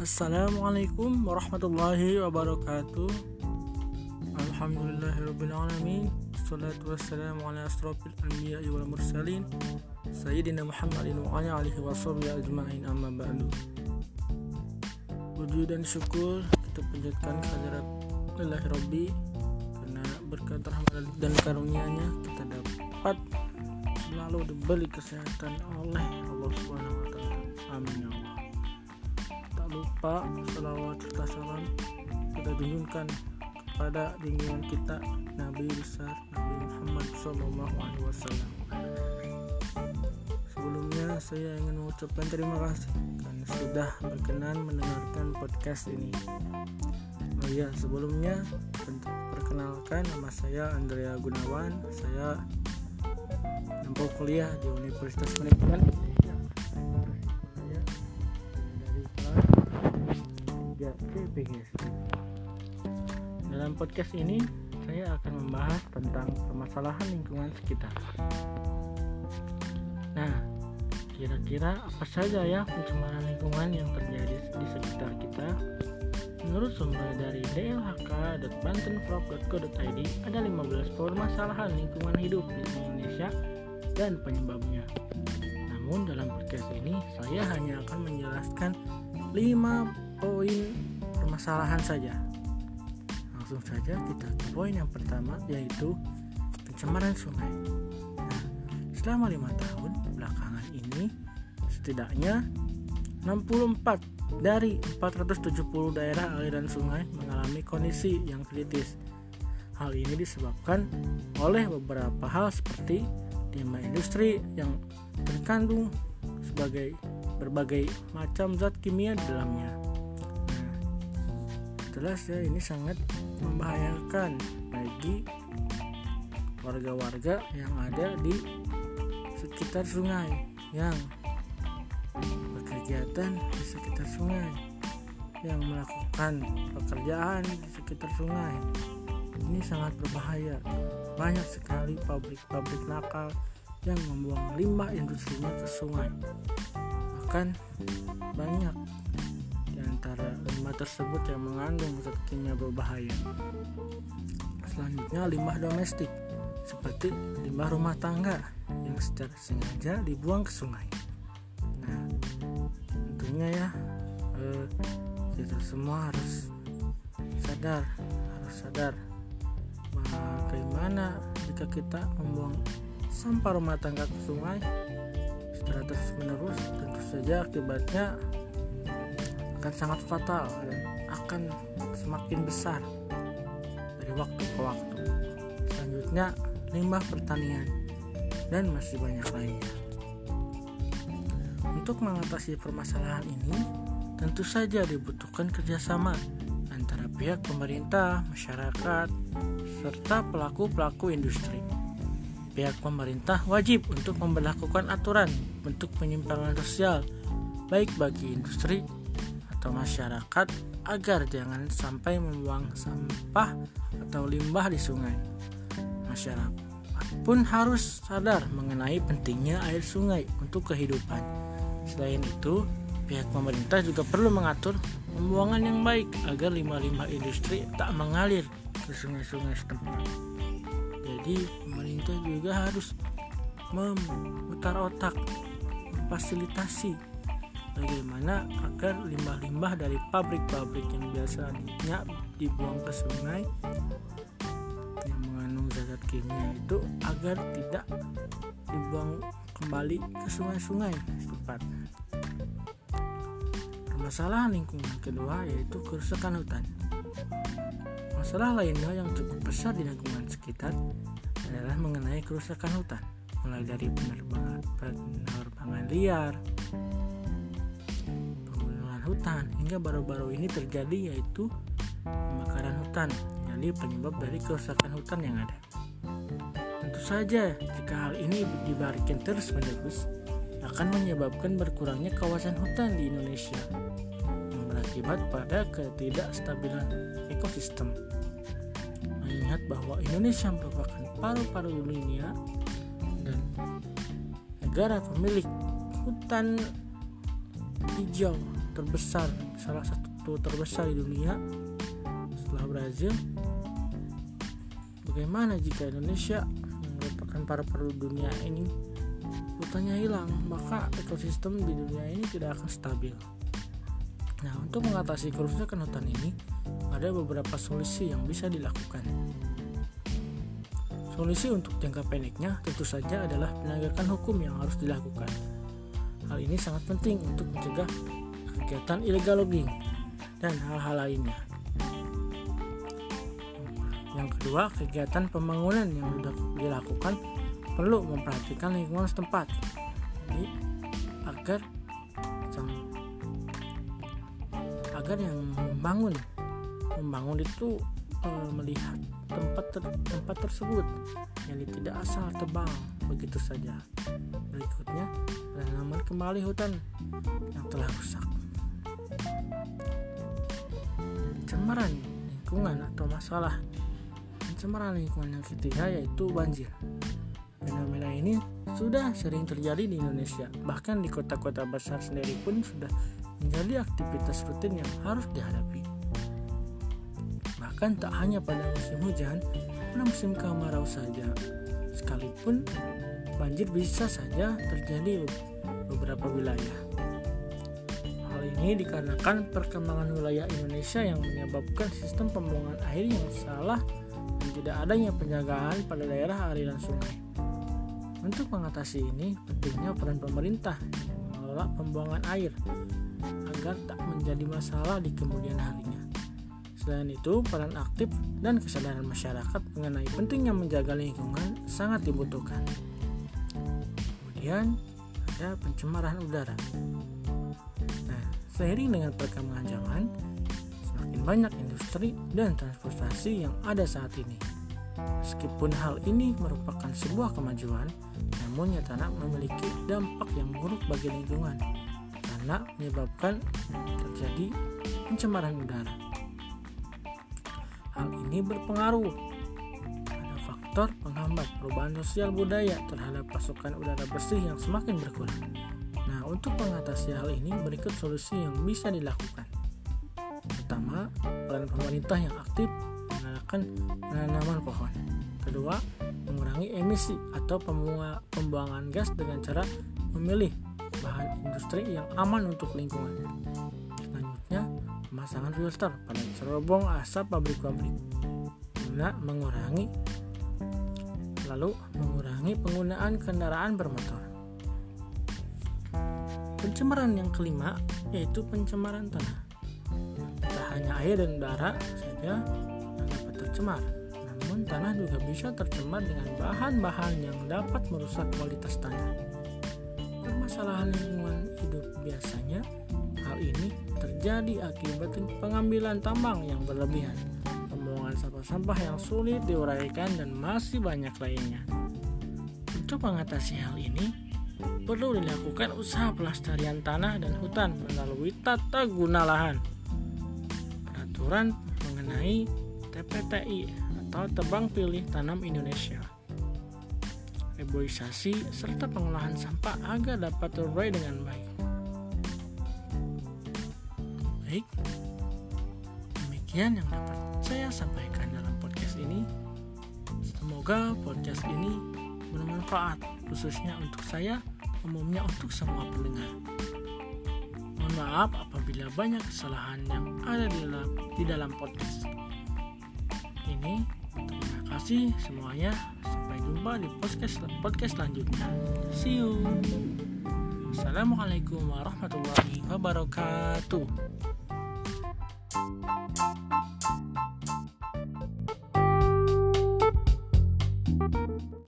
Assalamualaikum warahmatullahi wabarakatuh. Alhamdulillahirabbil alamin. Wassalatu wassalamu ala asrofil anbiya'i wal mursalin Sayyidina Muhammadin wa ala alihi washabihi ajma'in, amma ba'du. Puji dan syukur kita panjatkan kehadirat lillahi rabbi, karena berkat rahmat dan karunia-Nya kita dapat selalu diberi kesehatan oleh Allah Subhanahu wa taala. Amin ya Allah. Tak lupa salawat serta salam kita tunjukkan kepada junjungan kita Nabi besar Nabi Muhammad SAW. Sebelumnya saya ingin mengucapkan terima kasih karena sudah berkenan mendengarkan podcast ini. Oh iya, sebelumnya perkenalkan, nama saya Andrea Gunawan. Saya menempuh kuliah di Universitas Pendidikan Dalam podcast ini saya akan membahas tentang permasalahan lingkungan sekitar. Nah, kira-kira apa saja ya pencemaran lingkungan yang terjadi di sekitar kita? Menurut sumber dari dlhk.bantenprov.co.id, ada 15 permasalahan lingkungan hidup di Indonesia dan penyebabnya. Namun dalam podcast ini saya hanya akan menjelaskan 5 poin permasalahan saja. Langsung saja kita ke poin yang pertama, yaitu pencemaran sungai. Nah, selama 5 tahun belakangan ini setidaknya 64 dari 470 daerah aliran sungai mengalami kondisi yang kritis. Hal ini disebabkan oleh beberapa hal seperti limbah industri yang terkandung sebagai berbagai macam zat kimia di dalamnya. Jelas ya, ini sangat membahayakan bagi warga-warga yang ada di sekitar sungai, yang berkegiatan di sekitar sungai, yang melakukan pekerjaan di sekitar sungai. Ini sangat berbahaya. Banyak sekali pabrik-pabrik nakal yang membuang limbah industrinya ke sungai. Bahkan banyak di antara limbah tersebut yang mengandung zat kimia berbahaya. Selanjutnya, limbah domestik seperti limbah rumah tangga yang secara sengaja dibuang ke sungai. Nah, tentunya ya kita semua harus sadar bagaimana jika kita membuang sampah rumah tangga ke sungai secara terus menerus. Tentu saja akibatnya akan sangat fatal dan akan semakin besar dari waktu ke waktu. Selanjutnya, limbah pertanian dan masih banyak lainnya. Untuk mengatasi permasalahan ini, tentu saja dibutuhkan kerjasama antara pihak pemerintah, masyarakat, serta pelaku-pelaku industri. Pihak pemerintah wajib untuk memberlakukan aturan bentuk penyimpangan sosial baik bagi industri atau masyarakat agar jangan sampai membuang sampah atau limbah di sungai. Masyarakat pun harus sadar mengenai pentingnya air sungai untuk kehidupan. Selain itu, pihak pemerintah juga perlu mengatur pembuangan yang baik agar limbah-limbah industri tak mengalir ke sungai-sungai setempat. Jadi pemerintah juga harus memutar otak, memfasilitasi bagaimana agar limbah-limbah dari pabrik-pabrik yang biasanya dibuang ke sungai yang mengandung zat kimia itu agar tidak dibuang kembali ke sungai-sungai setempat. Permasalahan lingkungan kedua yaitu kerusakan hutan. Masalah lainnya yang cukup besar di lingkungan sekitar adalah mengenai kerusakan hutan, mulai dari penebangan liar, penggunaan hutan, hingga baru-baru ini terjadi yaitu pembakaran hutan, jadi penyebab dari kerusakan hutan yang ada. Tentu saja jika hal ini dibiarkan terus-menerus akan menyebabkan berkurangnya kawasan hutan di Indonesia yang berakibat pada ketidakstabilan ekosistem. Mengingat bahwa Indonesia merupakan paru-paru dunia dan negara pemilik hutan hijau terbesar, salah satu terbesar di dunia setelah Brazil. Bagaimana jika Indonesia yang merupakan paru-paru dunia ini hutannya hilang, maka ekosistem di dunia ini tidak akan stabil. Nah, untuk mengatasi kerusakan hutan ini ada beberapa solusi yang bisa dilakukan. Solusi untuk jangka pendeknya tentu saja adalah penegakan hukum yang harus dilakukan. Hal ini sangat penting untuk mencegah kegiatan illegal logging dan hal-hal lainnya. Yang kedua, kegiatan pembangunan yang sudah dilakukan perlu memperhatikan lingkungan setempat. Jadi, agar yang membangun itu melihat tempat tersebut, yang tidak asal tebang begitu saja. Berikutnya, penanaman kembali hutan yang telah rusak. Pencemaran lingkungan atau masalah pencemaran lingkungan yang ketiga yaitu banjir. Fenomena ini sudah sering terjadi di Indonesia, bahkan di kota-kota besar sendiri pun sudah menjadi aktivitas rutin yang harus dihadapi. Bahkan tak hanya pada musim hujan, pada musim kemarau saja, sekalipun banjir bisa saja terjadi di beberapa wilayah. Hal ini dikarenakan perkembangan wilayah Indonesia yang menyebabkan sistem pembuangan air yang salah dan tidak adanya penjagaan pada daerah aliran sungai. Untuk mengatasi ini, pentingnya peran pemerintah mengelola pembuangan air agar tak menjadi masalah di kemudian harinya. Selain itu, peran aktif dan kesadaran masyarakat mengenai pentingnya menjaga lingkungan sangat dibutuhkan. Kemudian ada pencemaran udara. Nah, seiring dengan perkembangan zaman, semakin banyak industri dan transportasi yang ada saat ini. Meskipun hal ini merupakan sebuah kemajuan, namun nyatanya memiliki dampak yang buruk bagi lingkungan karena menyebabkan terjadi pencemaran udara. Hal ini berpengaruh pada faktor penghambat perubahan sosial budaya terhadap pasokan udara bersih yang semakin berkurang. Nah, untuk mengatasi hal ini berikut solusi yang bisa dilakukan. Pertama, peran pemerintah yang aktif menggunakan penanaman pohon. Kedua, mengurangi emisi atau pembuangan gas dengan cara memilih bahan industri yang aman untuk lingkungan. Selanjutnya, pemasangan filter pada cerobong asap pabrik-pabrik. Mengurangi penggunaan kendaraan bermotor. Pencemaran yang kelima yaitu pencemaran tanah. Tak hanya air dan udara saja yang dapat tercemar, namun tanah juga bisa tercemar dengan bahan-bahan yang dapat merusak kualitas tanah. Permasalahan lingkungan hidup biasanya hal ini terjadi akibat pengambilan tambang yang berlebihan, pembuangan sampah-sampah yang sulit diuraikan, dan masih banyak lainnya. Untuk mengatasi hal ini, perlu dilakukan usaha pelestarian tanah dan hutan melalui tata guna lahan, peraturan mengenai TPTI atau Tebang Pilih Tanam Indonesia, reboisasi, serta pengolahan sampah agar dapat terurai dengan baik. Baik, demikian yang dapat saya sampaikan dalam podcast ini. Semoga podcast ini bermanfaat, khususnya untuk saya, umumnya untuk semua pendengar. Mohon maaf apabila banyak kesalahan yang ada di dalam podcast ini. Terima kasih semuanya. Sampai jumpa di podcast selanjutnya. See you. Assalamualaikum warahmatullahi wabarakatuh.